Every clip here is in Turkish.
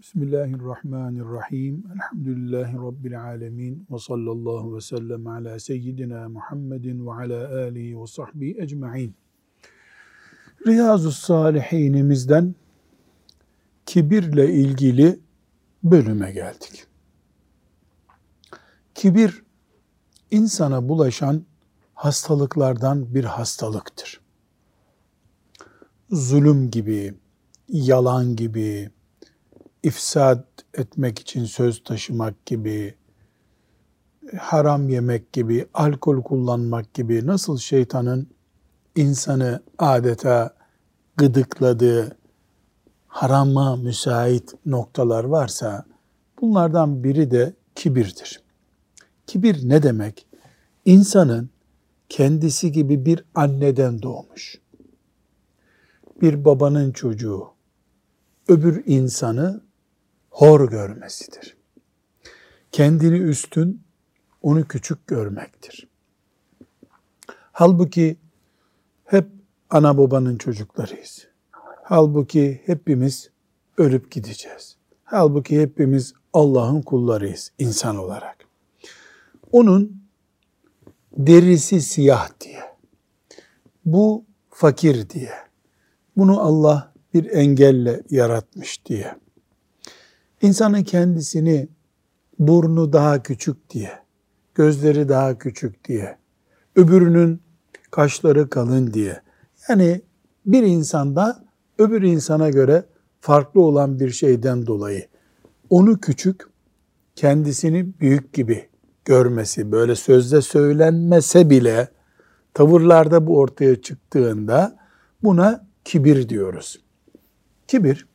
Bismillahirrahmanirrahim. Elhamdülillahi Rabbil alemin. Ve sallallahu ve sellem ala seyyidina Muhammedin ve ala alihi ve sahbihi ecma'in. Riyazu's-Salihinimizden kibirle ilgili bölüme geldik. Kibir, insana bulaşan hastalıklardan bir hastalıktır. Zulüm gibi, yalan gibi, ifsad etmek için söz taşımak gibi, haram yemek gibi, alkol kullanmak gibi nasıl şeytanın insanı adeta gıdıkladığı harama müsait noktalar varsa bunlardan biri de kibirdir. Kibir ne demek? İnsanın kendisi gibi bir anneden doğmuş, bir babanın çocuğu, öbür insanı hor görmesidir. Kendini üstün, onu küçük görmektir. Halbuki hep ana babanın çocuklarıyız. Halbuki hepimiz ölüp gideceğiz. Halbuki hepimiz Allah'ın kullarıyız insan olarak. Onun derisi siyah diye, bu fakir diye, bunu Allah bir engelle yaratmış diye, İnsanın kendisini burnu daha küçük diye, gözleri daha küçük diye, öbürünün kaşları kalın diye, yani bir insanda öbür insana göre farklı olan bir şeyden dolayı onu küçük, kendisini büyük gibi görmesi, böyle sözde söylenmese bile tavırlarda bu ortaya çıktığında buna kibir diyoruz. Kibir,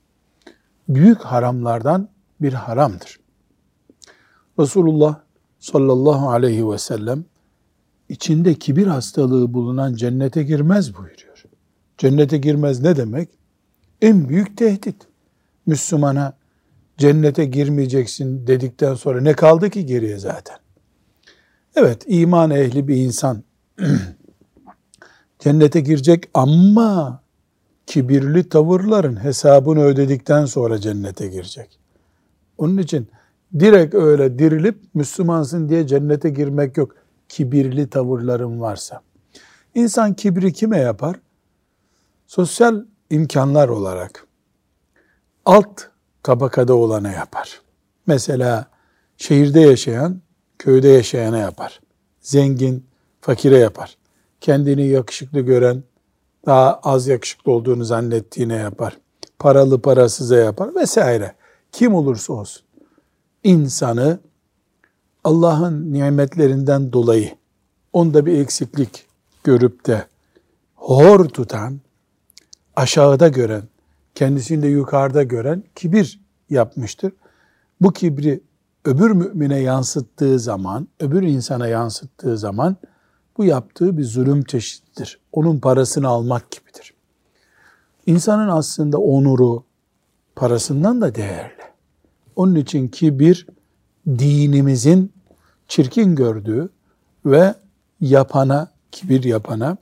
büyük haramlardan bir haramdır. Resulullah sallallahu aleyhi ve sellem içinde kibir hastalığı bulunan cennete girmez buyuruyor. Cennete girmez ne demek? En büyük tehdit. Müslümana cennete girmeyeceksin dedikten sonra ne kaldı ki geriye zaten? Evet, iman ehli bir insan cennete girecek ama kibirli tavırların hesabını ödedikten sonra cennete girecek. Onun için direkt öyle dirilip Müslümansın diye cennete girmek yok. Kibirli tavırların varsa. İnsan kibri kime yapar? Sosyal imkanlar olarak alt tabakada olana yapar. Mesela şehirde yaşayan, köyde yaşayana yapar. Zengin, fakire yapar. Kendini yakışıklı gören, daha az yakışıklı olduğunu zannettiğine yapar. Paralı parasıza yapar vesaire. Kim olursa olsun. İnsanı Allah'ın nimetlerinden dolayı onda bir eksiklik görüp de hor tutan, aşağıda gören, kendisini de yukarıda gören kibir yapmıştır. Bu kibri öbür mümine yansıttığı zaman, öbür insana yansıttığı zaman bu yaptığı bir zulüm çeşididir. Onun parasını almak gibidir. İnsanın aslında onuru parasından da değerli. Onun için kibir dinimizin çirkin gördüğü ve kibir yapana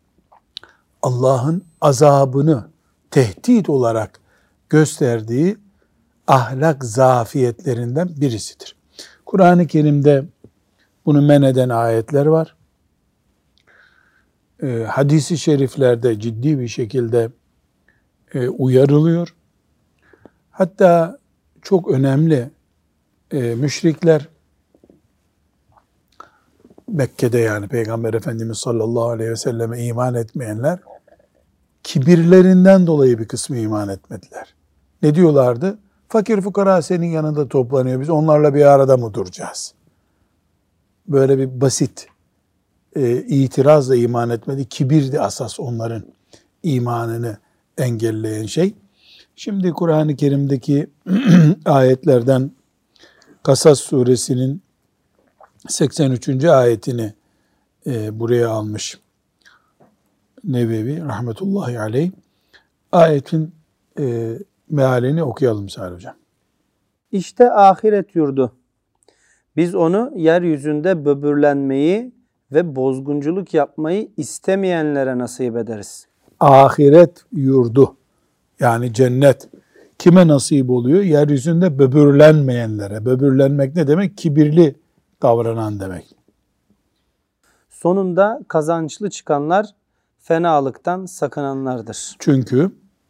Allah'ın azabını tehdit olarak gösterdiği ahlak zafiyetlerinden birisidir. Kur'an-ı Kerim'de bunu men eden ayetler var. Hadis-i şeriflerde ciddi bir şekilde uyarılıyor. Hatta çok önemli müşrikler Mekke'de, yani Peygamber Efendimiz sallallahu aleyhi ve selleme iman etmeyenler kibirlerinden dolayı bir kısmı iman etmediler. Ne diyorlardı? Fakir fukara senin yanında toplanıyor. Biz onlarla bir arada mı duracağız? Böyle bir basit itirazla iman etmedi. Kibirdi asas onların imanını engelleyen şey. Şimdi Kur'an-ı Kerim'deki ayetlerden Kasas suresinin 83. ayetini buraya almış Nevevi rahmetullahi aleyh. Ayetin mealini okuyalım Salih Hocam. İşte ahiret yurdu. Biz onu yeryüzünde böbürlenmeyi ve bozgunculuk yapmayı istemeyenlere nasip ederiz. Ahiret yurdu, yani cennet, kime nasip oluyor? Yeryüzünde böbürlenmeyenlere. Böbürlenmek ne demek? Kibirli davranan demek. Sonunda kazançlı çıkanlar fenalıktan sakınanlardır. Çünkü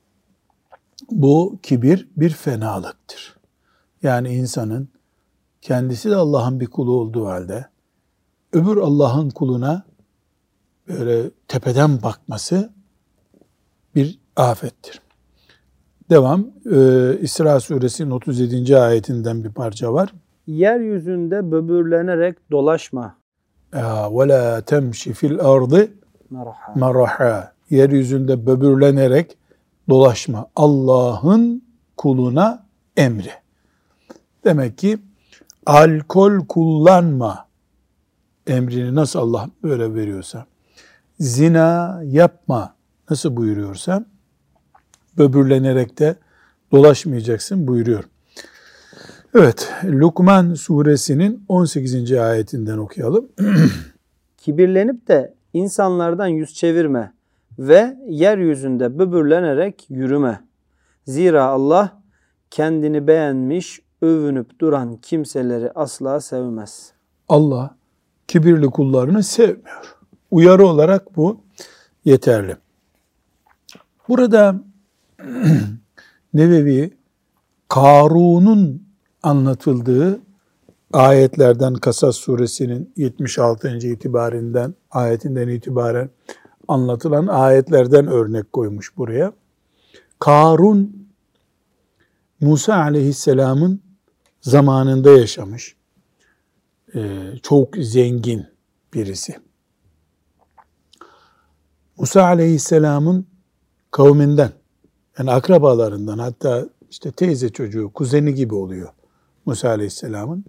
bu kibir bir fenalıktır. Yani insanın kendisi de Allah'ın bir kulu olduğu halde öbür Allah'ın kuluna böyle tepeden bakması bir afettir. Devam. İsra suresinin 37. ayetinden bir parça var. Yeryüzünde böbürlenerek dolaşma. وَلَا تَمْشِ فِي الْأَرْضِ مَرَحًا. Yeryüzünde böbürlenerek dolaşma. Allah'ın kuluna emri. Demek ki alkol kullanma emrini nasıl Allah böyle veriyorsa, zina yapma nasıl buyuruyorsa, böbürlenerek de dolaşmayacaksın buyuruyor. Evet, Lukman suresinin 18. ayetinden okuyalım. Kibirlenip de insanlardan yüz çevirme ve yeryüzünde böbürlenerek yürüme. Zira Allah kendini beğenmiş, övünüp duran kimseleri asla sevmez. Allah kibirli kullarını sevmiyor. Uyarı olarak bu yeterli. Burada Nevevi Karun'un anlatıldığı ayetlerden, Kasas suresinin 76. ayetinden itibaren anlatılan ayetlerden örnek koymuş buraya. Karun, Musa aleyhisselamın zamanında yaşamış. Çok zengin birisi. Musa aleyhisselamın kavminden, yani akrabalarından, hatta işte teyze çocuğu, kuzeni gibi oluyor Musa aleyhisselamın.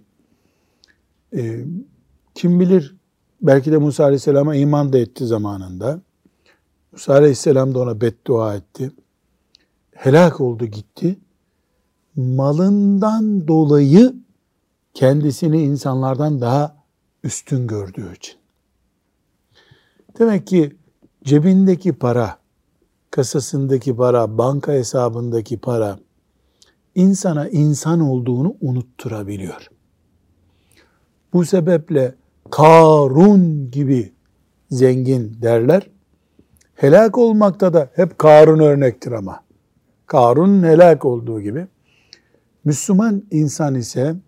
Kim bilir, belki de Musa aleyhisselama iman da etti zamanında. Musa aleyhisselam da ona beddua etti. Helak oldu gitti. Malından dolayı kendisini insanlardan daha üstün gördüğü için. Demek ki cebindeki para, kasasındaki para, banka hesabındaki para insana insan olduğunu unutturabiliyor. Bu sebeple Karun gibi zengin derler. Helak olmakta da hep Karun örnektir ama. Karun'un helak olduğu gibi. Müslüman insan ise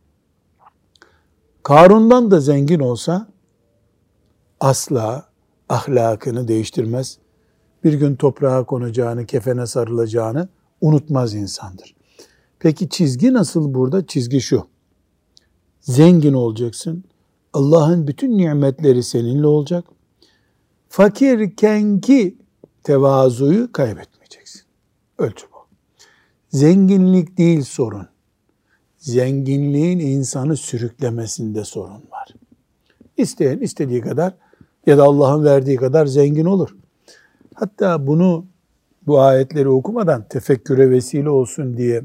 Karun'dan da zengin olsa asla ahlakını değiştirmez. Bir gün toprağa konacağını, kefene sarılacağını unutmaz insandır. Peki çizgi nasıl burada? Çizgi şu. Zengin olacaksın. Allah'ın bütün nimetleri seninle olacak. Fakirkenki tevazuyu kaybetmeyeceksin. Ölçü bu. Zenginlik değil sorun. Zenginliğin insanı sürüklemesinde sorun var. İsteyen istediği kadar ya da Allah'ın verdiği kadar zengin olur. Hatta bunu, bu ayetleri okumadan tefekküre vesile olsun diye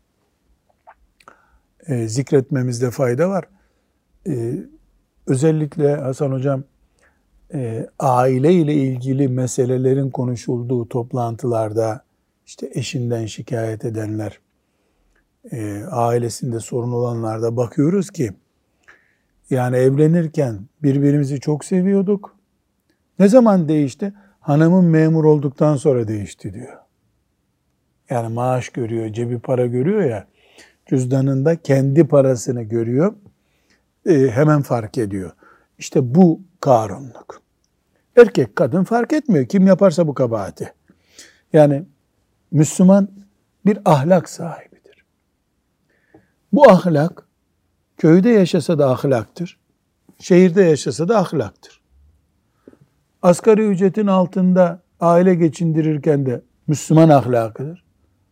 zikretmemizde fayda var. Özellikle Hasan Hocam aile ile ilgili meselelerin konuşulduğu toplantılarda işte eşinden şikayet edenler, ailesinde sorun olanlarda bakıyoruz ki yani evlenirken birbirimizi çok seviyorduk. Ne zaman değişti? Hanımın memur olduktan sonra değişti diyor. Yani maaş görüyor, cebi para görüyor ya, cüzdanında kendi parasını görüyor, hemen fark ediyor. İşte bu Karunluk. Erkek kadın fark etmiyor. Kim yaparsa bu kabahati. Yani Müslüman bir ahlak sahibidir. Bu ahlak köyde yaşasa da ahlaktır. Şehirde yaşasa da ahlaktır. Asgari ücretin altında aile geçindirirken de Müslüman ahlakıdır.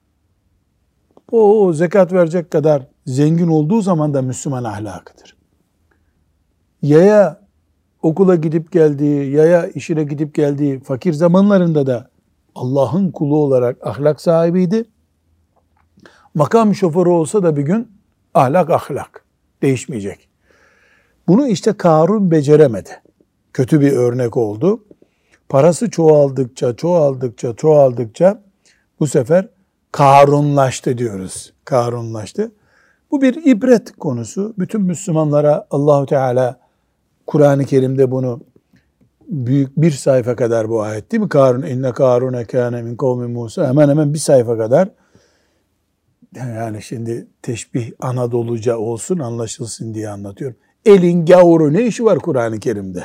O zekat verecek kadar zengin olduğu zaman da Müslüman ahlakıdır. Yaya okula gidip geldiği, yaya işine gidip geldiği fakir zamanlarında da Allah'ın kulu olarak ahlak sahibiydi. Makam şoförü olsa da bir gün ahlak değişmeyecek. Bunu işte Karun beceremedi. Kötü bir örnek oldu. Parası çoğaldıkça bu sefer Karunlaştı diyoruz. Karunlaştı. Bu bir ibret konusu. Bütün Müslümanlara Allahu Teala Kur'an-ı Kerim'de bunu büyük bir sayfa kadar bu ayet değil mi? Karun inne Karune kâne min kavmi Musa, hemen hemen bir sayfa kadar. Yani şimdi teşbih Anadoluca olsun, anlaşılsın diye anlatıyorum. Elin gavuru ne işi var Kur'an-ı Kerim'de?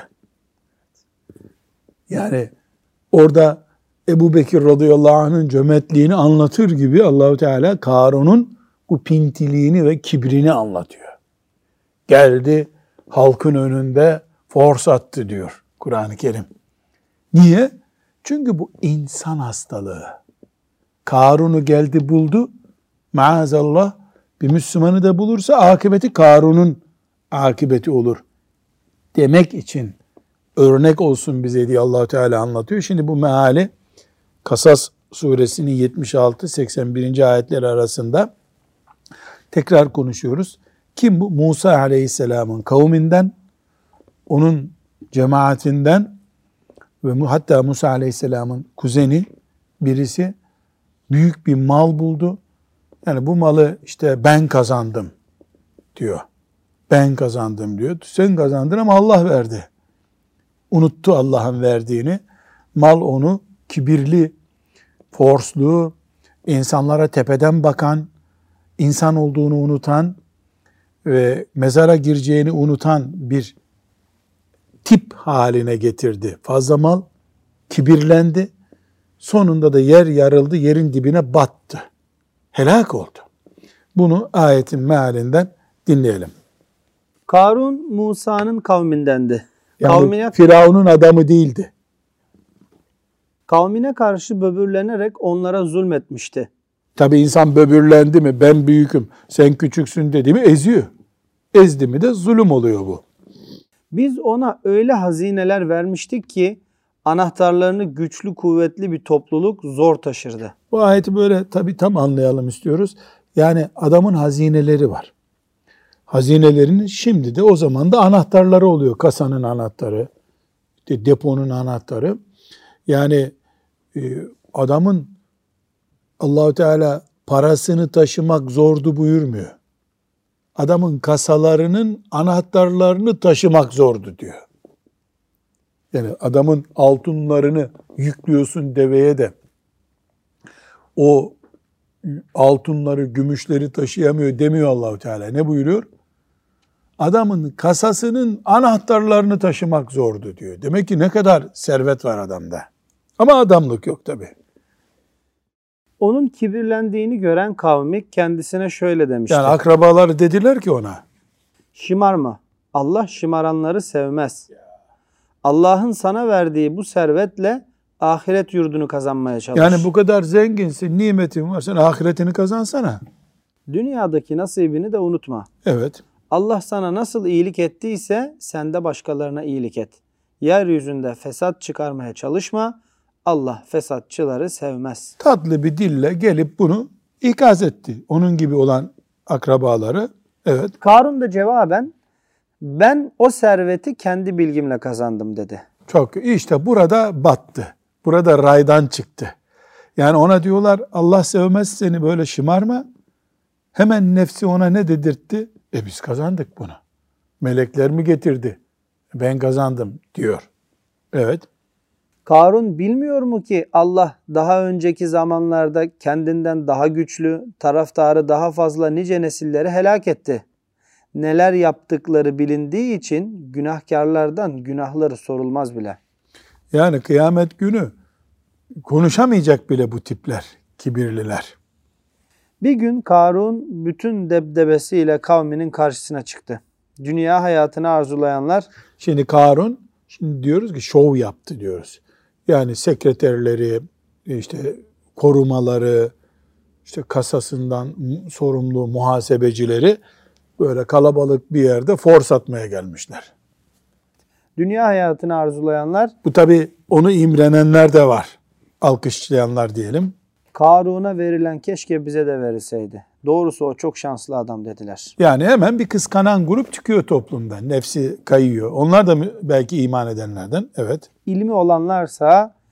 Yani orada Ebu Bekir radıyallahu anh'ın cömertliğini anlatır gibi Allahu Teala Karun'un bu pintiliğini ve kibrini anlatıyor. Geldi halkın önünde force attı diyor Kur'an-ı Kerim. Niye? Çünkü bu insan hastalığı. Karun'u geldi buldu. Maazallah bir Müslümanı da bulursa akıbeti Karun'un akıbeti olur demek için örnek olsun bize diye Allah-u Teala anlatıyor. Şimdi bu meali Kasas suresinin 76-81. ayetleri arasında tekrar konuşuyoruz. Kim bu? Musa aleyhisselamın kavminden, onun cemaatinden ve hatta Musa aleyhisselamın kuzeni birisi büyük bir mal buldu. Yani bu malı işte ben kazandım diyor. Ben kazandım diyor. Sen kazandın ama Allah verdi. Unuttu Allah'ın verdiğini. Mal onu kibirli, forslu, insanlara tepeden bakan, insan olduğunu unutan ve mezara gireceğini unutan bir tip haline getirdi. Fazla mal, kibirlendi. Sonunda da yer yarıldı, yerin dibine battı. Helak oldu. Bunu ayetin mealinden dinleyelim. Karun Musa'nın kavmindendi. Yani Firavun'un adamı değildi. Kavmine karşı böbürlenerek onlara zulmetmişti. Tabi insan böbürlendi mi, ben büyüküm, sen küçüksün dedi mi eziyor. Ezdi mi de zulüm oluyor bu. Biz ona öyle hazineler vermiştik ki anahtarlarını güçlü kuvvetli bir topluluk zor taşırdı. Bu ayeti böyle tabi tam anlayalım istiyoruz. Yani adamın hazineleri var. Hazinelerinin şimdi de o zaman da anahtarları oluyor. Kasanın anahtarı, deponun anahtarı. Yani adamın Allah-u Teala parasını taşımak zordu buyurmuyor. Adamın kasalarının anahtarlarını taşımak zordu diyor. Yani adamın altınlarını yüklüyorsun deveye de o altınları, gümüşleri taşıyamıyor demiyor Allah-u Teala. Ne buyuruyor? Adamın kasasının anahtarlarını taşımak zordu diyor. Demek ki ne kadar servet var adamda. Ama adamlık yok tabii. Onun kibirlendiğini gören kavmi kendisine şöyle demişti. Yani akrabaları dediler ki ona. Şımarma. Allah şımaranları sevmez. Allah'ın sana verdiği bu servetle ahiret yurdunu kazanmaya çalış. Yani bu kadar zenginsin, nimetin var, sen ahiretini kazansana. Dünyadaki nasibini de unutma. Evet. Allah sana nasıl iyilik ettiyse sen de başkalarına iyilik et. Yeryüzünde fesat çıkarmaya çalışma. Allah fesatçıları sevmez. Tatlı bir dille gelip bunu ikaz etti. Onun gibi olan akrabaları. Evet. Karun da cevaben ben o serveti kendi bilgimle kazandım dedi. Çok işte burada battı. Burada raydan çıktı. Yani ona diyorlar Allah sevmez seni, böyle şımarma. Hemen nefsi ona ne dedirtti? Biz kazandık bunu. Melekler mi getirdi? Ben kazandım diyor. Evet. Karun bilmiyor mu ki Allah daha önceki zamanlarda kendinden daha güçlü, taraftarı daha fazla nice nesilleri helak etti. Neler yaptıkları bilindiği için günahkarlardan günahları sorulmaz bile. Yani kıyamet günü konuşamayacak bile bu tipler, kibirliler. Bir gün Karun bütün debdebesiyle kavminin karşısına çıktı. Dünya hayatını arzulayanlar. Şimdi Karun, şimdi diyoruz ki şov yaptı diyoruz. Yani sekreterleri, işte korumaları, işte kasasından sorumlu muhasebecileri böyle kalabalık bir yerde force atmaya gelmişler. Dünya hayatını arzulayanlar. Bu tabii onu imrenenler de var. Alkışlayanlar diyelim. Karun'a verilen keşke bize de verilseydi. Doğrusu o çok şanslı adam dediler. Yani hemen bir kıskanan grup çıkıyor toplumdan. Nefsi kayıyor. Onlar da belki iman edenlerden. Evet. İlmi olanlarsa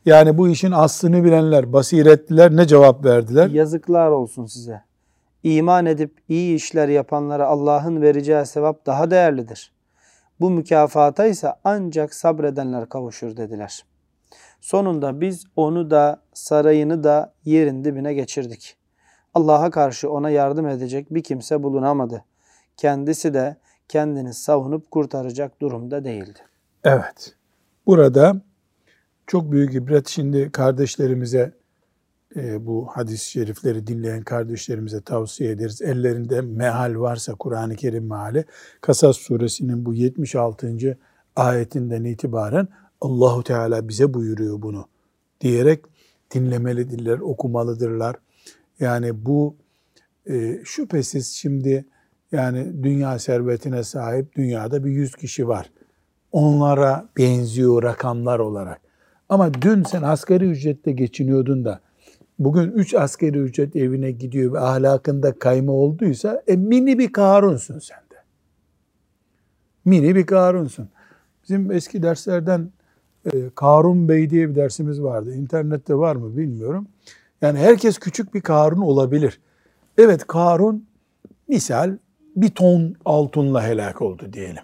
Yani bu işin aslını bilenler, basiretliler ne cevap verdiler? Yazıklar olsun size. İman edip iyi işler yapanlara Allah'ın vereceği sevap daha değerlidir. Bu mükafata ise ancak sabredenler kavuşur dediler. Sonunda biz onu da sarayını da yerin dibine geçirdik. Allah'a karşı ona yardım edecek bir kimse bulunamadı. Kendisi de kendini savunup kurtaracak durumda değildi. Evet. Burada çok büyük ibret. Şimdi kardeşlerimize bu hadis-i şerifleri dinleyen kardeşlerimize tavsiye ederiz. Ellerinde meal varsa Kur'an-ı Kerim meali, Kasas suresinin bu 76. ayetinden itibaren Allahu Teala bize buyuruyor bunu diyerek dinlemelidirler, okumalıdırlar. Yani bu şüphesiz şimdi yani dünya servetine sahip dünyada bir 100 kişi var. Onlara benziyor rakamlar olarak. Ama dün sen asgari ücretle geçiniyordun da bugün 3 asgari ücret evine gidiyor ve ahlakında kayma olduysa mini bir Karunsun sen de. Mini bir Karunsun. Bizim eski derslerden Karun Bey diye bir dersimiz vardı. İnternette var mı bilmiyorum. Yani herkes küçük bir Karun olabilir. Evet, Karun misal 1 ton altınla helak oldu diyelim.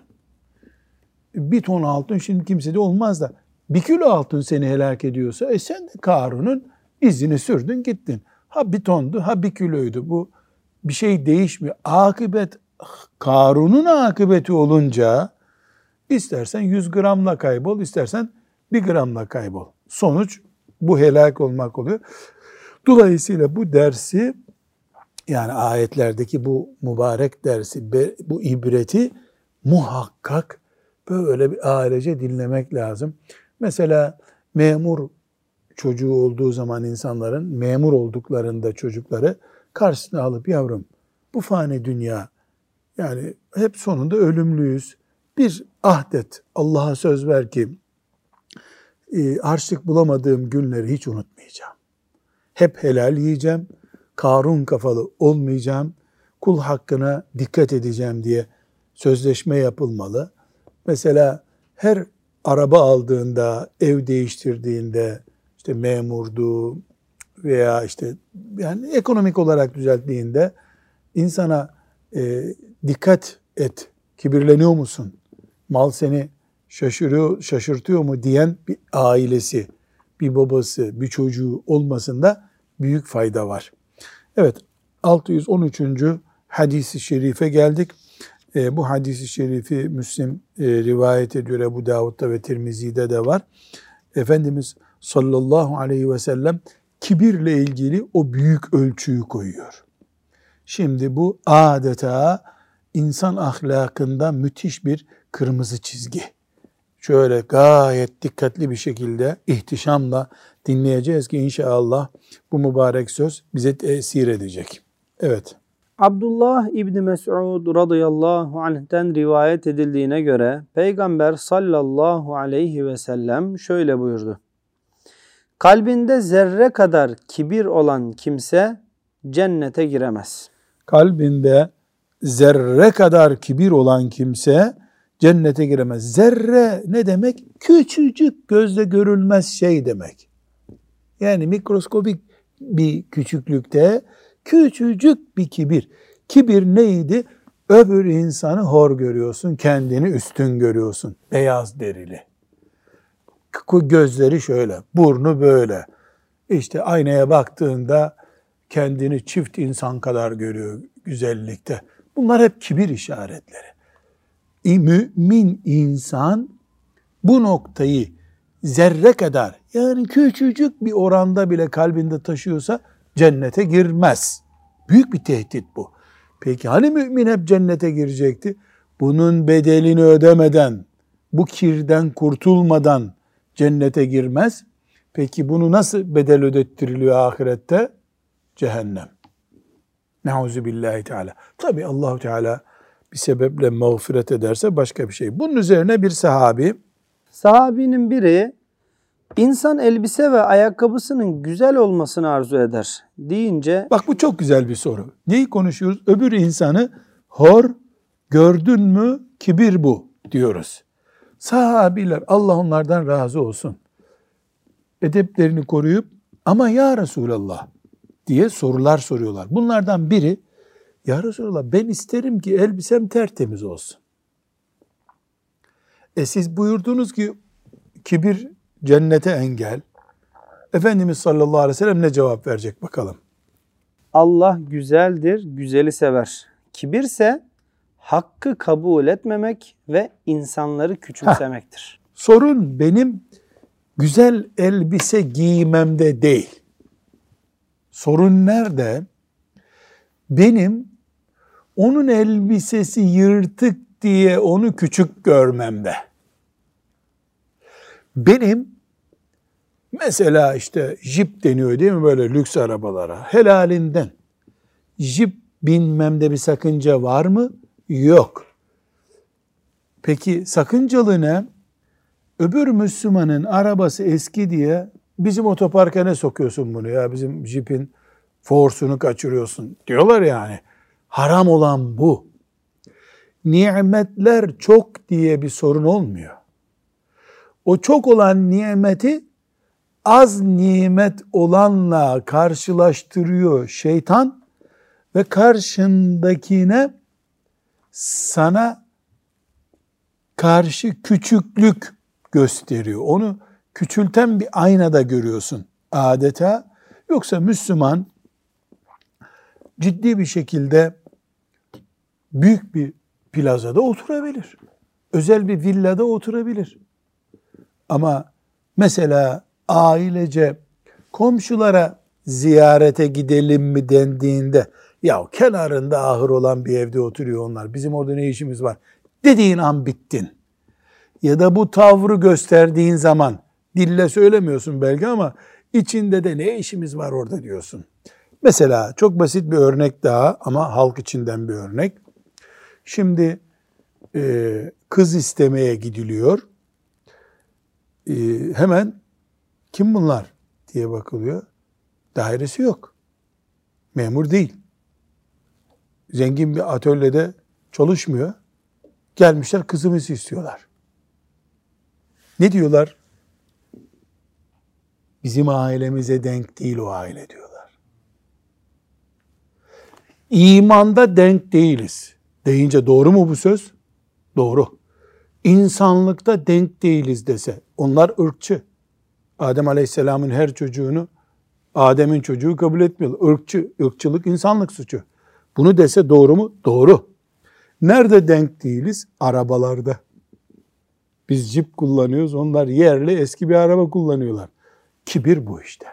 1 ton altın şimdi kimsede olmaz da 1 kilo altın seni helak ediyorsa sen de Karun'un izini sürdün gittin. Ha 1 tondu ha 1 kiloydu. Bu bir şey değişmiyor. Akıbet Karun'un akıbeti olunca istersen 100 gramla kaybol, istersen 1 gramla kaybol. Sonuç bu helak olmak oluyor. Dolayısıyla bu dersi, yani ayetlerdeki bu mübarek dersi, bu ibreti muhakkak böyle bir ailece dinlemek lazım. Mesela memur çocuğu olduğu zaman insanların, memur olduklarında çocukları karşısına alıp yavrum bu fani dünya, yani hep sonunda ölümlüyüz. Bir ahdet, Allah'a söz ver ki harçlık bulamadığım günleri hiç unutmayacağım. Hep helal yiyeceğim, Karun kafalı olmayacağım, kul hakkına dikkat edeceğim diye sözleşme yapılmalı. Mesela her araba aldığında, ev değiştirdiğinde, işte memurdu veya işte yani ekonomik olarak düzelttiğinde insana dikkat et, kibirleniyor musun, mal seni şaşırtıyor mu diyen bir ailesi, bir babası, bir çocuğu olmasında büyük fayda var. Evet, 613. hadis-i şerife geldik. Bu hadis-i şerifi Müslim rivayet ediyor, Ebu Davud'da ve Tirmizi'de de var. Efendimiz sallallahu aleyhi ve sellem kibirle ilgili o büyük ölçüyü koyuyor. Şimdi bu adeta insan ahlakında müthiş bir kırmızı çizgi. Şöyle gayet dikkatli bir şekilde, ihtişamla dinleyeceğiz ki inşallah bu mübarek söz bize tesir edecek. Evet. Abdullah İbni Mes'ud radıyallahu anh'ten rivayet edildiğine göre Peygamber sallallahu aleyhi ve sellem şöyle buyurdu. Kalbinde zerre kadar kibir olan kimse cennete giremez. Kalbinde zerre kadar kibir olan kimse cennete giremez. Zerre ne demek? Küçücük, gözle görülmez şey demek. Yani mikroskobik bir küçüklükte küçücük bir kibir. Kibir neydi? Öbür insanı hor görüyorsun, kendini üstün görüyorsun. Beyaz derili. Gözleri şöyle, burnu böyle. İşte aynaya baktığında kendini çift insan kadar görüyor güzellikte. Bunlar hep kibir işaretleri. Mümin insan bu noktayı zerre kadar, yani küçücük bir oranda bile kalbinde taşıyorsa cennete girmez. Büyük bir tehdit bu. Peki hani mümin hep cennete girecekti? Bunun bedelini ödemeden, bu kirden kurtulmadan cennete girmez. Peki bunu nasıl bedel ödettiriliyor ahirette? Cehennem. Neuzubillahi Teala. Tabi Allahu Teala bir sebeple mağfiret ederse başka bir şey. Bunun üzerine bir sahabinin biri insan elbise ve ayakkabısının güzel olmasını arzu eder deyince, bak bu çok güzel bir soru. Neyi konuşuyoruz? Öbür insanı hor gördün mü kibir bu diyoruz. Sahabiler, Allah onlardan razı olsun, edeplerini koruyup ama ya Resulallah diye sorular soruyorlar. Bunlardan biri, ya Resulallah ben isterim ki elbisem tertemiz olsun. Siz buyurdunuz ki kibir cennete engel. Efendimiz sallallahu aleyhi ve sellem ne cevap verecek bakalım. Allah güzeldir, güzeli sever. Kibirse hakkı kabul etmemek ve insanları küçümsemektir. Sorun benim güzel elbise giymemde değil. Sorun nerede? Benim onun elbisesi yırtık diye onu küçük görmemde. Benim mesela işte jip deniyor değil mi böyle lüks arabalara? Helalinden. Jip binmemde bir sakınca var mı? Yok. Peki sakıncalı ne? Öbür Müslümanın arabası eski diye bizim otoparka ne sokuyorsun bunu ya? Bizim jipin forsunu kaçırıyorsun diyorlar yani. Haram olan bu. Nimetler çok diye bir sorun olmuyor. O çok olan nimeti az nimet olanla karşılaştırıyor şeytan ve karşındakine sana karşı küçüklük gösteriyor. Onu küçülten bir aynada görüyorsun adeta. Yoksa Müslüman ciddi bir şekilde büyük bir plazada oturabilir. Özel bir villada oturabilir. Ama mesela ailece komşulara ziyarete gidelim mi dendiğinde ya kenarında ahır olan bir evde oturuyor onlar. Bizim orada ne işimiz var dediğin an bittin. Ya da bu tavrı gösterdiğin zaman dille söylemiyorsun belki ama içinde de ne işimiz var orada diyorsun. Mesela çok basit bir örnek daha ama halk içinden bir örnek. Şimdi kız istemeye gidiliyor. Hemen kim bunlar diye bakılıyor. Dairesi yok. Memur değil. Zengin bir atölyede çalışmıyor. Gelmişler kızımızı istiyorlar. Ne diyorlar? Bizim ailemize denk değil o aile diyorlar. İmanda denk değiliz deyince doğru mu bu söz? Doğru. İnsanlıkta denk değiliz dese onlar ırkçı. Adem Aleyhisselam'ın her çocuğunu Adem'in çocuğu kabul etmiyorlar. Irkçılık insanlık suçu. Bunu dese doğru mu? Doğru. Nerede denk değiliz? Arabalarda. Biz Jeep kullanıyoruz. Onlar yerli eski bir araba kullanıyorlar. Kibir bu işte.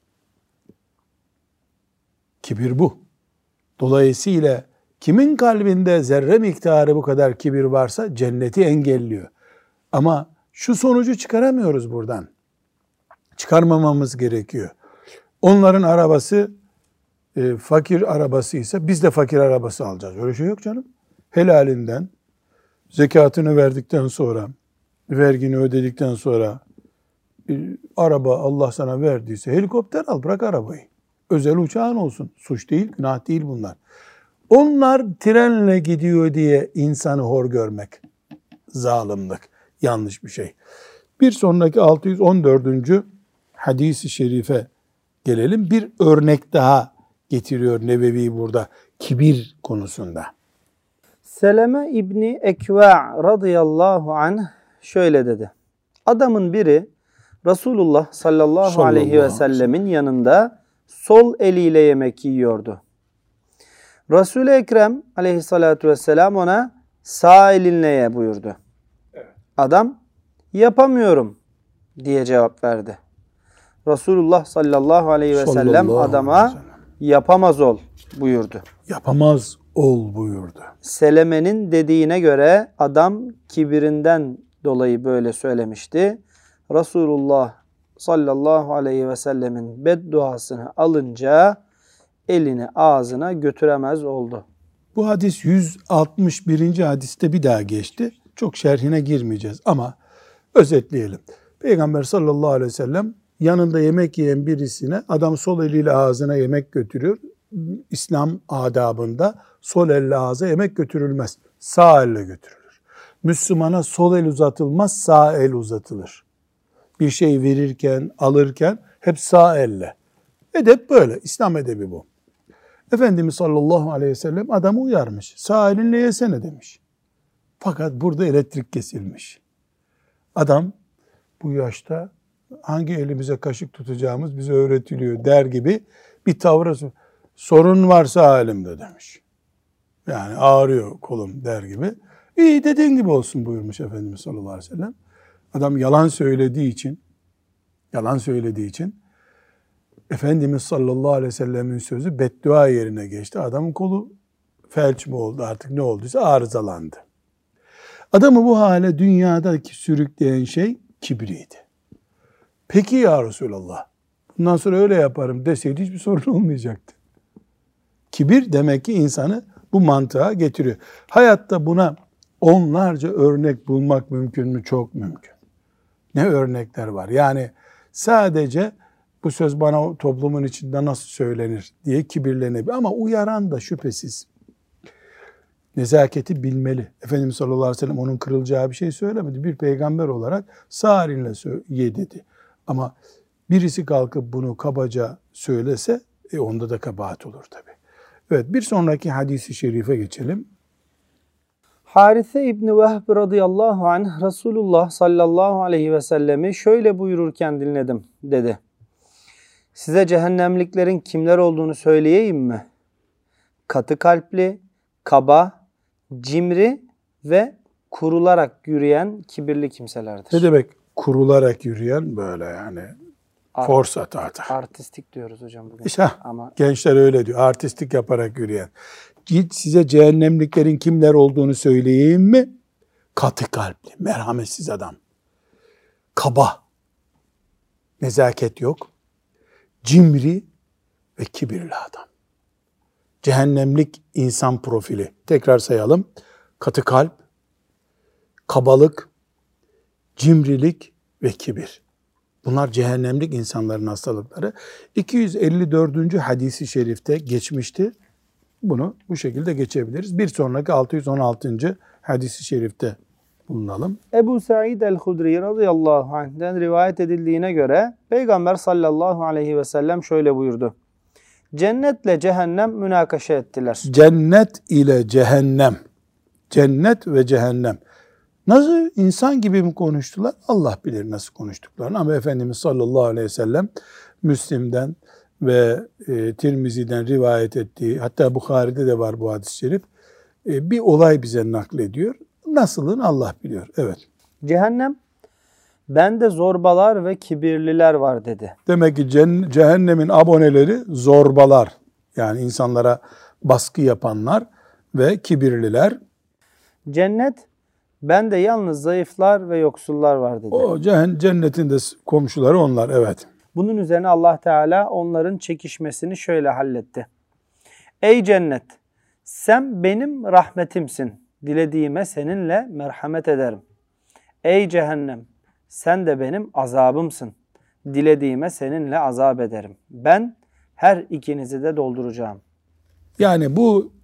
Kibir bu. Dolayısıyla kimin kalbinde zerre miktarı bu kadar kibir varsa cenneti engelliyor. Ama şu sonucu çıkaramıyoruz buradan. Çıkarmamamız gerekiyor. Onların arabası fakir arabasıysa biz de fakir arabası alacağız. Öyle şey yok canım. Helalinden zekatını verdikten sonra, vergini ödedikten sonra araba Allah sana verdiyse helikopter al, bırak arabayı. Özel uçağın olsun. Suç değil, günah değil bunlar. Onlar trenle gidiyor diye insanı hor görmek zalimlik, yanlış bir şey. Bir sonraki 614. hadis-i şerife gelelim. Bir örnek daha getiriyor Nevevi burada kibir konusunda. Seleme İbni Ekva' radıyallahu anh şöyle dedi. Adamın biri Resulullah sallallahu aleyhi ve sellemin yanında sol eliyle yemek yiyordu. Resul-i Ekrem aleyhissalatu vesselam ona sağ elinle ye buyurdu. Adam yapamıyorum diye cevap verdi. Resulullah sallallahu aleyhi ve sellem adama yapamaz ol buyurdu. Yapamaz ol buyurdu. Seleme'nin dediğine göre adam kibirinden dolayı böyle söylemişti. Resulullah sallallahu aleyhi ve sellemin bedduasını alınca elini ağzına götüremez oldu. Bu hadis 161. hadiste bir daha geçti. Çok şerhine girmeyeceğiz ama özetleyelim. Peygamber sallallahu aleyhi ve sellem yanında yemek yiyen birisine adam sol eliyle ağzına yemek götürüyor. İslam adabında sol elle ağza yemek götürülmez. Sağ elle götürülür. Müslümana sol el uzatılmaz, sağ el uzatılır. Bir şey verirken, alırken hep sağ elle. Edep böyle. İslam edebi bu. Efendimiz sallallahu aleyhi ve sellem adamı uyarmış. Sağ elinle yesene demiş. Fakat burada elektrik kesilmiş. Adam bu yaşta hangi elimize kaşık tutacağımız bize öğretiliyor der gibi bir tavra, sorun varsa elimde demiş. Yani ağrıyor kolum der gibi. İyi dediğin gibi olsun buyurmuş Efendimiz sallallahu aleyhi ve sellem. Adam yalan söylediği için Efendimiz sallallahu aleyhi ve sellemin sözü beddua yerine geçti. Adamın kolu felç mi oldu artık ne olduysa arızalandı. Adamı bu hale dünyadaki sürükleyen şey kibriydi. Peki ya Resulallah, bundan sonra öyle yaparım deseydi hiçbir sorun olmayacaktı. Kibir demek ki insanı bu mantığa getiriyor. Hayatta buna onlarca örnek bulmak mümkün mü? Çok mümkün. Ne örnekler var? Yani sadece bu söz bana toplumun içinde nasıl söylenir diye kibirlenebilir. Ama uyaran da şüphesiz nezaketi bilmeli. Efendimiz sallallahu aleyhi ve sellem onun kırılacağı bir şey söylemedi. Bir peygamber olarak sağ elinle ye dedi. Ama birisi kalkıp bunu kabaca söylese onda da kabahat olur tabii. Evet, bir sonraki hadisi şerife geçelim. Harise İbni Vehb radıyallahu anh Resulullah sallallahu aleyhi ve sellemi şöyle buyururken dinledim dedi. Size cehennemliklerin kimler olduğunu söyleyeyim mi? Katı kalpli, kaba, cimri ve kurularak yürüyen kibirli kimselerdir. Ne demek kurularak yürüyen? Böyle yani force atar. Artistik diyoruz hocam bugün. İşte ama gençler öyle diyor. Artistik yaparak yürüyen. Size cehennemliklerin kimler olduğunu söyleyeyim mi? Katı kalpli, merhametsiz adam. Kaba, nezaket yok. Cimri ve kibirli adam. Cehennemlik insan profili. Tekrar sayalım. Katı kalp, kabalık, cimrilik ve kibir. Bunlar cehennemlik insanların hastalıkları. 254. hadisi şerifte geçmişti. Bunu bu şekilde geçebiliriz. Bir sonraki 616. hadisi şerifte bulunalım. Ebu Sa'id el-Hudri radıyallahu anh'den rivayet edildiğine göre Peygamber sallallahu aleyhi ve sellem şöyle buyurdu. Cennetle cehennem münakaşa ettiler. Cennet ile cehennem. Cennet ve cehennem. Nasıl insan gibi mi konuştular? Allah bilir nasıl konuştuklarını. Ama Efendimiz sallallahu aleyhi ve sellem Müslim'den ve Tirmizi'den rivayet ettiği, hatta Bukhari'de de var bu hadis-i şerif, bir olay bize naklediyor. Nasılını Allah biliyor. Evet. Cehennem, bende zorbalar ve kibirliler var dedi. Demek ki cehennemin aboneleri zorbalar. Yani insanlara baskı yapanlar ve kibirliler. Cennet, bende yalnız zayıflar ve yoksullar var dedi. O cennetin de komşuları onlar, evet. Bunun üzerine Allah Teala onların çekişmesini şöyle halletti. Ey cennet, sen benim rahmetimsin. Dilediğime seninle merhamet ederim. Ey cehennem, sen de benim azabımsın. Dilediğime seninle azap ederim. Ben her ikinizi de dolduracağım. Yani bu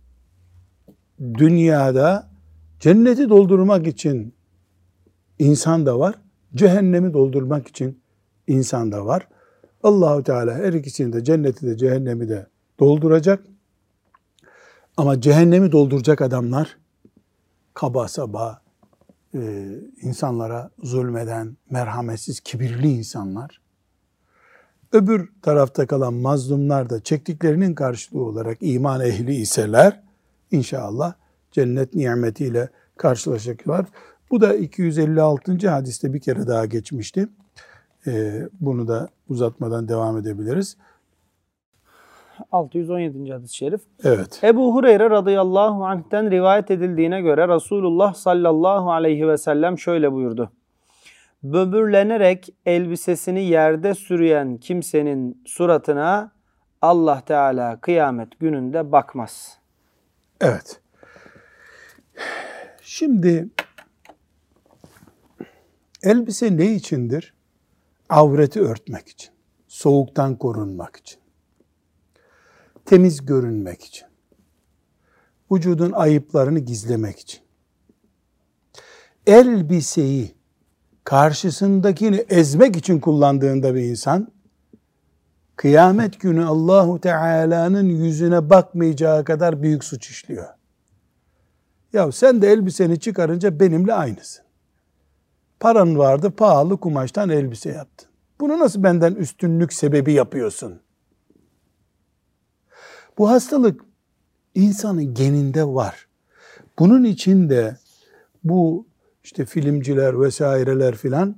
dünyada cenneti doldurmak için insan da var, cehennemi doldurmak için insan da var. Allah-u Teala her ikisini de, cenneti de cehennemi de dolduracak. Ama cehennemi dolduracak adamlar kaba saba, insanlara zulmeden, merhametsiz, kibirli insanlar. Öbür tarafta kalan mazlumlar da çektiklerinin karşılığı olarak iman ehli iseler, inşallah cennet nimetiyle karşılaşacaklar. Bu da 256. hadiste bir kere daha geçmişti. Bunu da uzatmadan devam edebiliriz. 617. hadis-i şerif. Evet. Ebu Hureyre radıyallahu anh'ten rivayet edildiğine göre Resulullah sallallahu aleyhi ve sellem şöyle buyurdu. Böbürlenerek elbisesini yerde sürüyen kimsenin suratına Allah Teala kıyamet gününde bakmaz. Evet. Şimdi elbise ne içindir? Avreti örtmek için, soğuktan korunmak için, temiz görünmek için, vücudun ayıplarını gizlemek için. Elbiseyi karşısındakini ezmek için kullandığında bir insan, kıyamet günü Allahu Teala'nın yüzüne bakmayacağı kadar büyük suç işliyor. Ya sen de elbiseni çıkarınca benimle aynısın. Paran vardı, pahalı kumaştan elbise yaptın. Bunu nasıl benden üstünlük sebebi yapıyorsun? Bu hastalık insanın geninde var. Bunun için de bu işte filmciler vesaireler filan,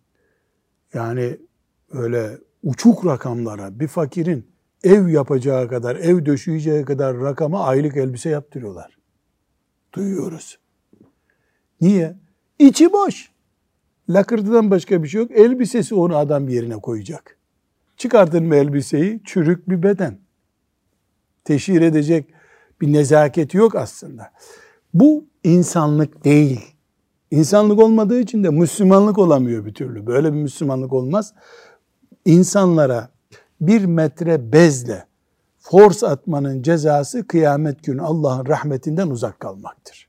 yani öyle uçuk rakamlara, bir fakirin ev yapacağı kadar, ev döşeyeceği kadar rakama aylık elbise yaptırıyorlar. Duyuyoruz. Niye? İçi boş. Lakırtıdan başka bir şey yok. Elbisesi onu adam yerine koyacak. Çıkardın mı elbiseyi? Çürük bir beden. Teşhir edecek bir nezaketi yok aslında. Bu insanlık değil. İnsanlık olmadığı için de Müslümanlık olamıyor bir türlü. Böyle bir Müslümanlık olmaz. İnsanlara 1 metre bezle force atmanın cezası kıyamet günü Allah'ın rahmetinden uzak kalmaktır.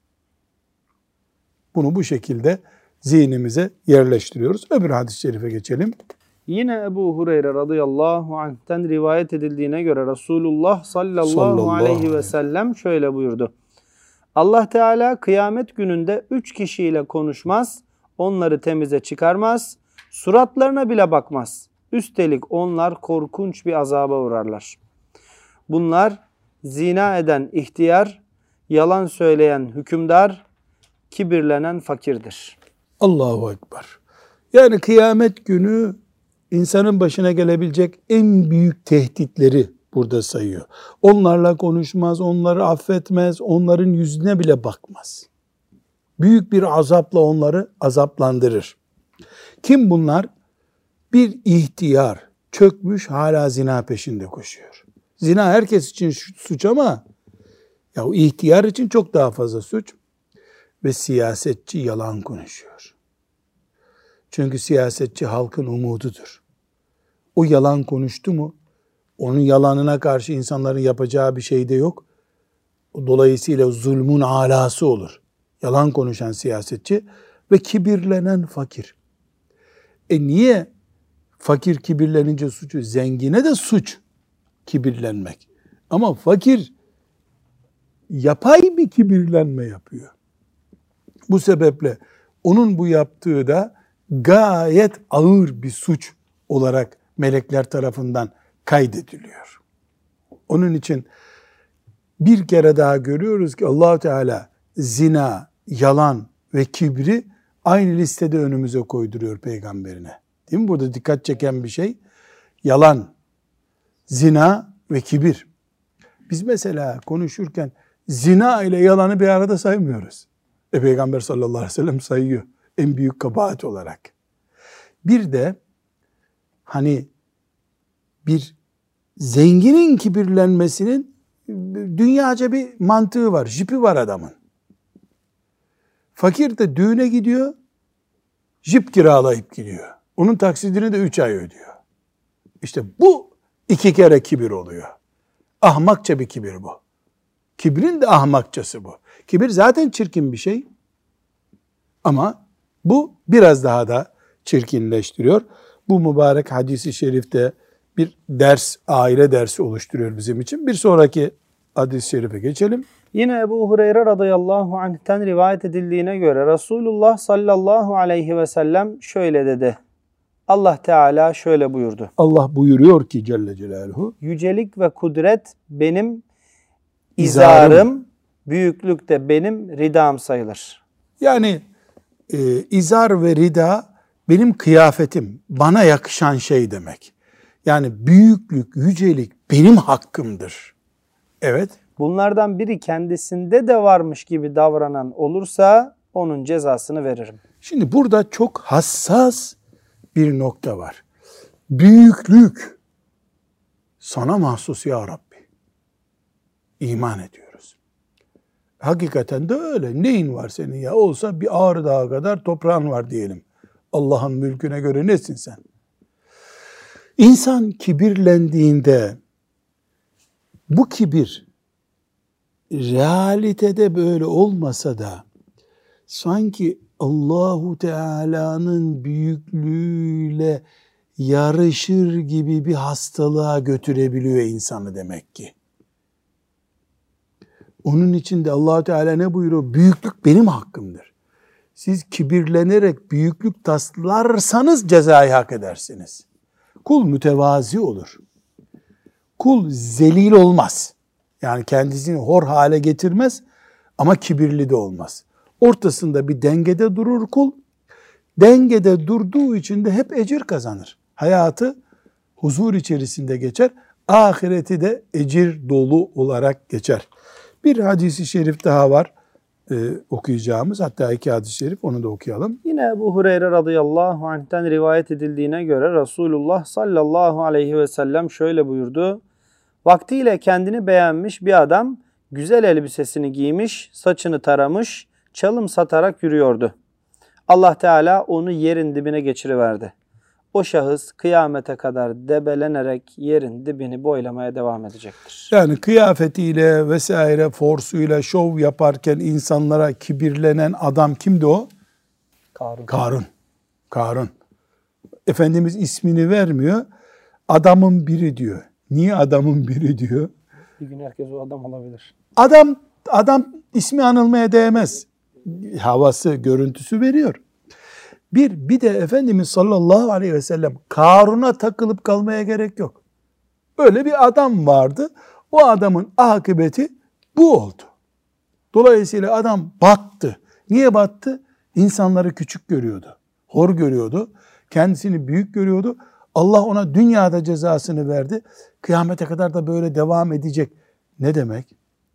Bunu bu şekilde zihnimize yerleştiriyoruz. Öbür hadis-i şerife geçelim. Yine Ebu Hureyre radıyallahu anh'ten rivayet edildiğine göre Resulullah sallallahu aleyhi ve sellem şöyle buyurdu. Allah Teala kıyamet gününde 3 kişiyle konuşmaz, onları temize çıkarmaz, suratlarına bile bakmaz. Üstelik onlar korkunç bir azaba uğrarlar. Bunlar zina eden ihtiyar, yalan söyleyen hükümdar, kibirlenen fakirdir. Allahu Ekber. Yani kıyamet günü insanın başına gelebilecek en büyük tehditleri burada sayıyor. Onlarla konuşmaz, onları affetmez, onların yüzüne bile bakmaz. Büyük bir azapla onları azaplandırır. Kim bunlar? Bir ihtiyar, çökmüş, hala zina peşinde koşuyor. Zina herkes için suç ama ya o ihtiyar için çok daha fazla suç. Ve siyasetçi yalan konuşuyor. Çünkü siyasetçi halkın umududur. O yalan konuştu mu, onun yalanına karşı insanların yapacağı bir şey de yok. Dolayısıyla zulmün alası olur. Yalan konuşan siyasetçi ve kibirlenen fakir. Niye fakir kibirlenince suçu? Zengine de suç kibirlenmek. Ama fakir yapay bir kibirlenme yapıyor. Bu sebeple onun bu yaptığı da gayet ağır bir suç olarak melekler tarafından kaydediliyor. Onun için bir kere daha görüyoruz ki Allah Teala zina, yalan ve kibri aynı listede önümüze koyduruyor peygamberine. Değil mi? Burada dikkat çeken bir şey yalan, zina ve kibir. Biz mesela konuşurken zina ile yalanı bir arada saymıyoruz. Peygamber sallallahu aleyhi ve sellem sayıyor en büyük kabahat olarak. Bir de hani bir zenginin kibirlenmesinin dünyaca bir mantığı var, jipi var adamın. Fakir de düğüne gidiyor, jip kiralayıp gidiyor. Onun taksidini de 3 ay ödüyor. İşte bu 2 kere kibir oluyor. Ahmakça bir kibir bu. Kibrin de ahmakçası bu. Kibir zaten çirkin bir şey. Ama bu biraz daha da çirkinleştiriyor. Bu mübarek hadisi şerifte bir ders, aile dersi oluşturuyor bizim için. Bir sonraki hadis-i şerife geçelim. Yine Ebu Hureyre radıyallahu anh'ten rivayet edildiğine göre Resulullah sallallahu aleyhi ve sellem şöyle dedi. Allah Teala şöyle buyurdu. Allah buyuruyor ki Celle Celaluhu. Yücelik ve kudret benim izarım, büyüklük de benim ridam sayılır. Yani izar ve rida benim kıyafetim, bana yakışan şey demek. Yani büyüklük, yücelik benim hakkımdır. Evet. Bunlardan biri kendisinde de varmış gibi davranan olursa onun cezasını veririm. Şimdi burada çok hassas bir nokta var. Büyüklük sana mahsus ya Rabbi. İman ediyoruz. Hakikaten de öyle. Neyin var senin ya? Olsa bir Ağrı Dağı kadar toprağın var diyelim. Allah'ın mülküne göre nesin sen? İnsan kibirlendiğinde bu kibir realitede böyle olmasa da sanki Allahu Teala'nın büyüklüğüyle yarışır gibi bir hastalığa götürebiliyor insanı demek ki. Onun için de Allah Teala ne buyuruyor? Büyüklük benim hakkımdır. Siz kibirlenerek büyüklük taslarsanız cezayı hak edersiniz. Kul mütevazi olur. Kul zelil olmaz. Yani kendisini hor hale getirmez ama kibirli de olmaz. Ortasında bir dengede durur kul. Dengede durduğu için de hep ecir kazanır. Hayatı huzur içerisinde geçer. Ahireti de ecir dolu olarak geçer. Bir hadis-i şerif daha var okuyacağımız. Hatta 2 hadis-i şerif, onu da okuyalım. Yine Ebu Hureyre radıyallahu anh'ten rivayet edildiğine göre Resulullah sallallahu aleyhi ve sellem şöyle buyurdu. Vaktiyle kendini beğenmiş bir adam güzel elbisesini giymiş, saçını taramış, çalım satarak yürüyordu. Allah Teala onu yerin dibine geçiriverdi. O şahıs kıyamete kadar debelenerek yerin dibini boylamaya devam edecektir. Yani kıyafetiyle vesaire, forsuyla şov yaparken insanlara kibirlenen adam kimdi o? Karun. Efendimiz ismini vermiyor. Adamın biri diyor. Niye adamın biri diyor? Bir gün herkes o adam olabilir. Adam ismi anılmaya değmez. Havası, görüntüsü veriyor. Bir de Efendimiz sallallahu aleyhi ve sellem Karun'a takılıp kalmaya gerek yok. Öyle bir adam vardı. O adamın akıbeti bu oldu. Dolayısıyla adam battı. Niye battı? İnsanları küçük görüyordu. Hor görüyordu. Kendisini büyük görüyordu. Allah ona dünyada cezasını verdi. Kıyamete kadar da böyle devam edecek. Ne demek?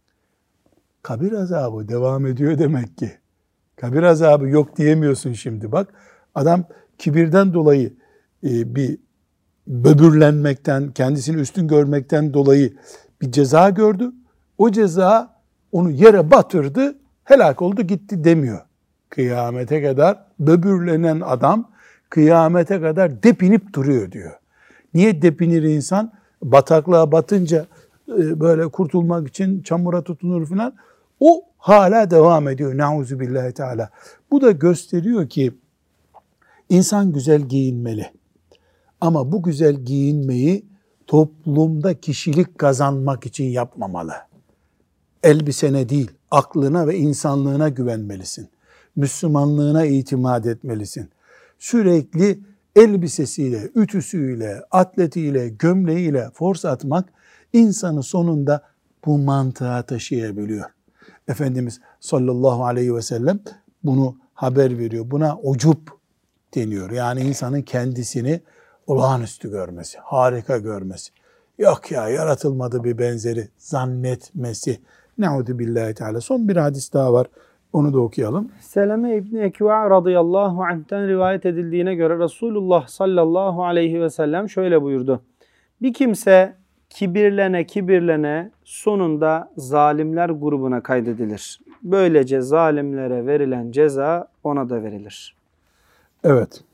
Kabir azabı devam ediyor demek ki. Kabir azabı yok diyemiyorsun şimdi. Bak, adam kibirden dolayı bir böbürlenmekten, kendisini üstün görmekten dolayı bir ceza gördü. O ceza onu yere batırdı, helak oldu gitti demiyor. Kıyamete kadar böbürlenen adam kıyamete kadar depinip duruyor diyor. Niye depinir insan? Bataklığa batınca böyle kurtulmak için çamura tutunur filan. O hala devam ediyor. Nauzubillahi teala. Bu da gösteriyor ki insan güzel giyinmeli. Ama bu güzel giyinmeyi toplumda kişilik kazanmak için yapmamalı. Elbisene değil, aklına ve insanlığına güvenmelisin. Müslümanlığına itimat etmelisin. Sürekli elbisesiyle, ütüsüyle, atletiyle, gömleğiyle force atmak insanı sonunda bu mantığa taşıyabiliyor. Efendimiz sallallahu aleyhi ve sellem bunu haber veriyor. Buna ucup deniyor. Yani insanın kendisini olağanüstü görmesi, harika görmesi. Yok ya, yaratılmadı bir benzeri zannetmesi. Ne'udubillahi teala. Son bir hadis daha var. Onu da okuyalım. Seleme İbni Ekva radıyallahu anh'ten rivayet edildiğine göre Resulullah sallallahu aleyhi ve sellem şöyle buyurdu. Bir kimse kibirlene sonunda zalimler grubuna kaydedilir. Böylece zalimlere verilen ceza ona da verilir. Evet.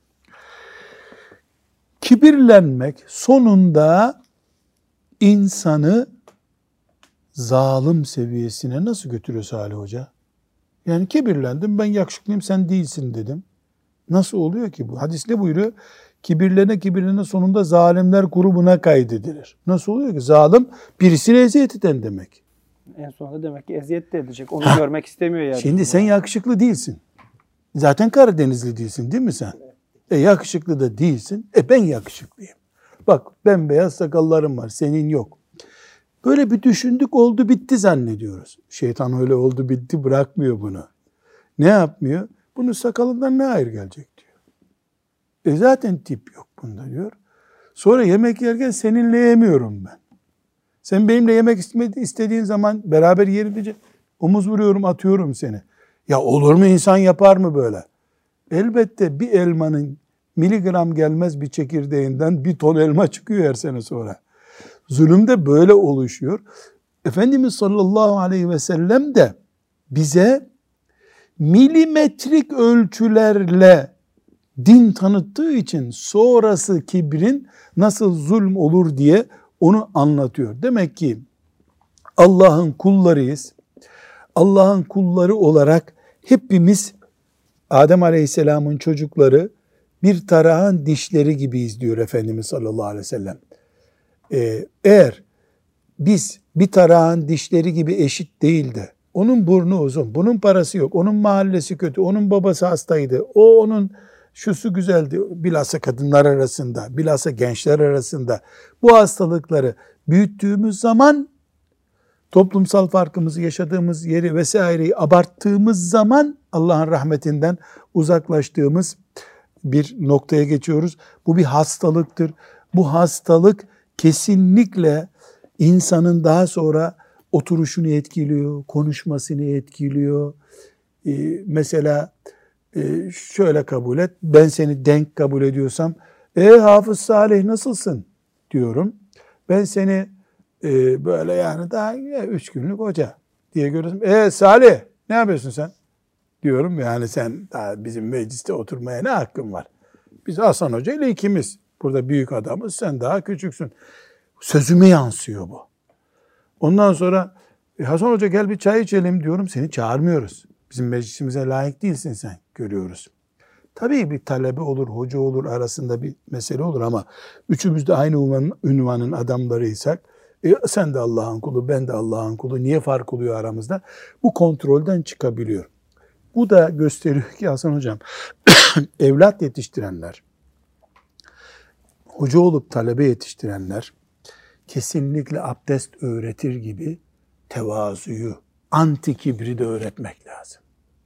Kibirlenmek sonunda insanı zalim seviyesine nasıl götürüyor Salih Hoca? Yani kibirlendim, ben yakışıklıyım, sen değilsin dedim. Nasıl oluyor ki bu? Hadis ne buyuruyor? Kibirlene sonunda zalimler grubuna kaydedilir. Nasıl oluyor ki? Zalim birisine eziyet eden demek. En sonunda demek ki eziyet de edecek. Onu görmek istemiyor yani. Şimdi sen yakışıklı değilsin. Zaten Karadenizli değilsin değil mi sen? Yakışıklı da değilsin. Ben yakışıklıyım. Bak, bembeyaz sakallarım var, senin yok. Böyle bir düşündük, oldu bitti zannediyoruz. Şeytan öyle oldu bitti bırakmıyor bunu. Ne yapmıyor? Bunun sakalından ne hayır gelecek diyor. Zaten tip yok bunda diyor. Sonra yemek yerken seninle yemiyorum ben. Sen benimle yemek istediğin zaman beraber yiyelim diyecek. Omuz vuruyorum, atıyorum seni. Ya olur mu, insan yapar mı böyle? Elbette bir elmanın miligram gelmez bir çekirdeğinden 1 ton elma çıkıyor her sene sonra. Zulüm de böyle oluşuyor. Efendimiz sallallahu aleyhi ve sellem de bize milimetrik ölçülerle din tanıttığı için sonrası kibrin nasıl zulm olur diye onu anlatıyor. Demek ki Allah'ın kullarıyız. Allah'ın kulları olarak hepimiz Adem Aleyhisselam'ın çocukları bir tarağın dişleri gibiyiz diyor Efendimiz sallallahu aleyhi ve sellem. Eğer biz bir tarağın dişleri gibi eşit değil de onun burnu uzun, bunun parası yok, onun mahallesi kötü, onun babası hastaydı, onun şusu güzeldi, bilhassa kadınlar arasında, bilhassa gençler arasında bu hastalıkları büyüttüğümüz zaman, toplumsal farkımızı, yaşadığımız yeri vesaireyi abarttığımız zaman Allah'ın rahmetinden uzaklaştığımız bir noktaya geçiyoruz. Bu bir hastalıktır. Bu hastalık kesinlikle insanın daha sonra oturuşunu etkiliyor, konuşmasını etkiliyor. Mesela şöyle kabul et, ben seni denk kabul ediyorsam, Hafız Salih nasılsın diyorum. Ben seni böyle yani daha 3 günlük hoca diye görüyorsun. Salih ne yapıyorsun sen diyorum. Yani sen daha bizim mecliste oturmaya ne hakkın var? Biz Hasan Hoca ile ikimiz. Burada büyük adamız, sen daha küçüksün. Sözüme yansıyor bu. Ondan sonra Hasan Hoca gel bir çay içelim diyorum. Seni çağırmıyoruz. Bizim meclisimize layık değilsin sen, görüyoruz. Tabii bir talebe olur, hoca olur, arasında bir mesele olur ama üçümüz de aynı ünvanın adamlarıysak, sen de Allah'ın kulu, ben de Allah'ın kulu, niye fark oluyor aramızda? Bu kontrolden çıkabiliyor. Bu da gösteriyor ki Hasan Hocam, evlat yetiştirenler, hoca olup talebe yetiştirenler, kesinlikle abdest öğretir gibi tevazuyu, anti kibri de öğretmek lazım.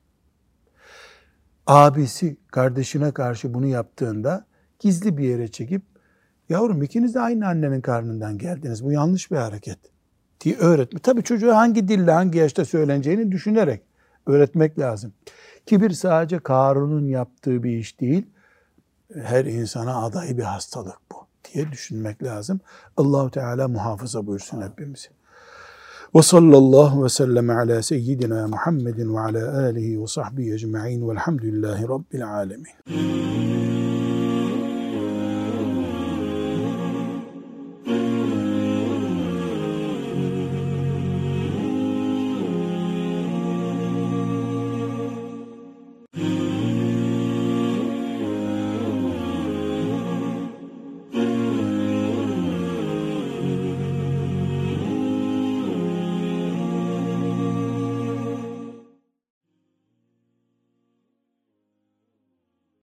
Abisi kardeşine karşı bunu yaptığında gizli bir yere çekip, yavrum ikiniz de aynı annenin karnından geldiniz, bu yanlış bir hareket diye öğretme. Tabii çocuğa hangi dille, hangi yaşta söyleneceğini düşünerek öğretmek lazım. Kibir sadece Karun'un yaptığı bir iş değil, her insana aday bir hastalık bu diye düşünmek lazım. Allah-u Teala muhafaza buyursun hepimizi. Ve sallallahu ve sellem ala seyyidina Muhammedin ve ala alihi ve sahbihi ecma'in velhamdülillahi rabbil alemin.